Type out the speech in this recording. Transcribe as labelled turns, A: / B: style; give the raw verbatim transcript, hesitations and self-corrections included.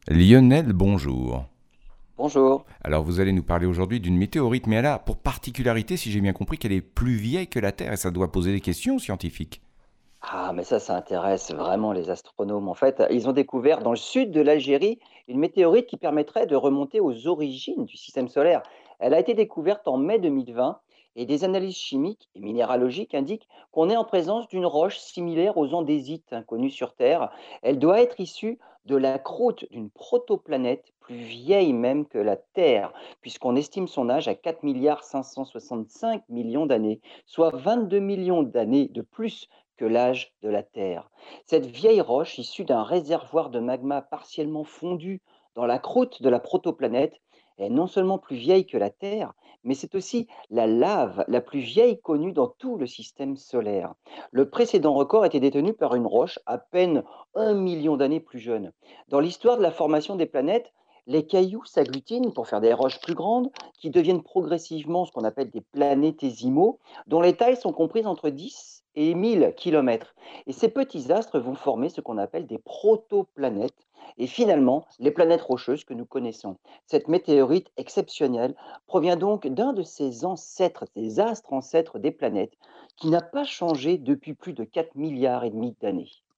A: Lionel, bonjour.
B: Bonjour.
A: Alors vous allez nous parler aujourd'hui d'une météorite, mais elle a pour particularité, si j'ai bien compris, qu'elle est plus vieille que la Terre, et ça doit poser des questions scientifiques.
B: Ah, mais ça, ça intéresse vraiment les astronomes. En fait, ils ont découvert dans le sud de l'Algérie une météorite qui permettrait de remonter aux origines du système solaire. Elle a été découverte en mai deux mille vingt et des analyses chimiques et minéralogiques indiquent qu'on est en présence d'une roche similaire aux andésites hein, connues sur Terre. Elle doit être issue de la croûte d'une protoplanète plus vieille même que la Terre, puisqu'on estime son âge à quatre milliards cinq cent soixante-cinq millions d'années, soit vingt-deux millions d'années de plus que l'âge de la Terre. Cette vieille roche, issue d'un réservoir de magma partiellement fondu dans la croûte de la protoplanète, est non seulement plus vieille que la Terre, mais c'est aussi la lave la plus vieille connue dans tout le système solaire. Le précédent record était détenu par une roche à peine un million d'années plus jeune. Dans l'histoire de la formation des planètes, les cailloux s'agglutinent pour faire des roches plus grandes qui deviennent progressivement ce qu'on appelle des planétésimaux, dont les tailles sont comprises entre dix et mille kilomètres. Et ces petits astres vont former ce qu'on appelle des protoplanètes et finalement les planètes rocheuses que nous connaissons. Cette météorite exceptionnelle provient donc d'un de ces ancêtres, des astres ancêtres des planètes, qui n'a pas changé depuis plus de quatre milliards et demi d'années.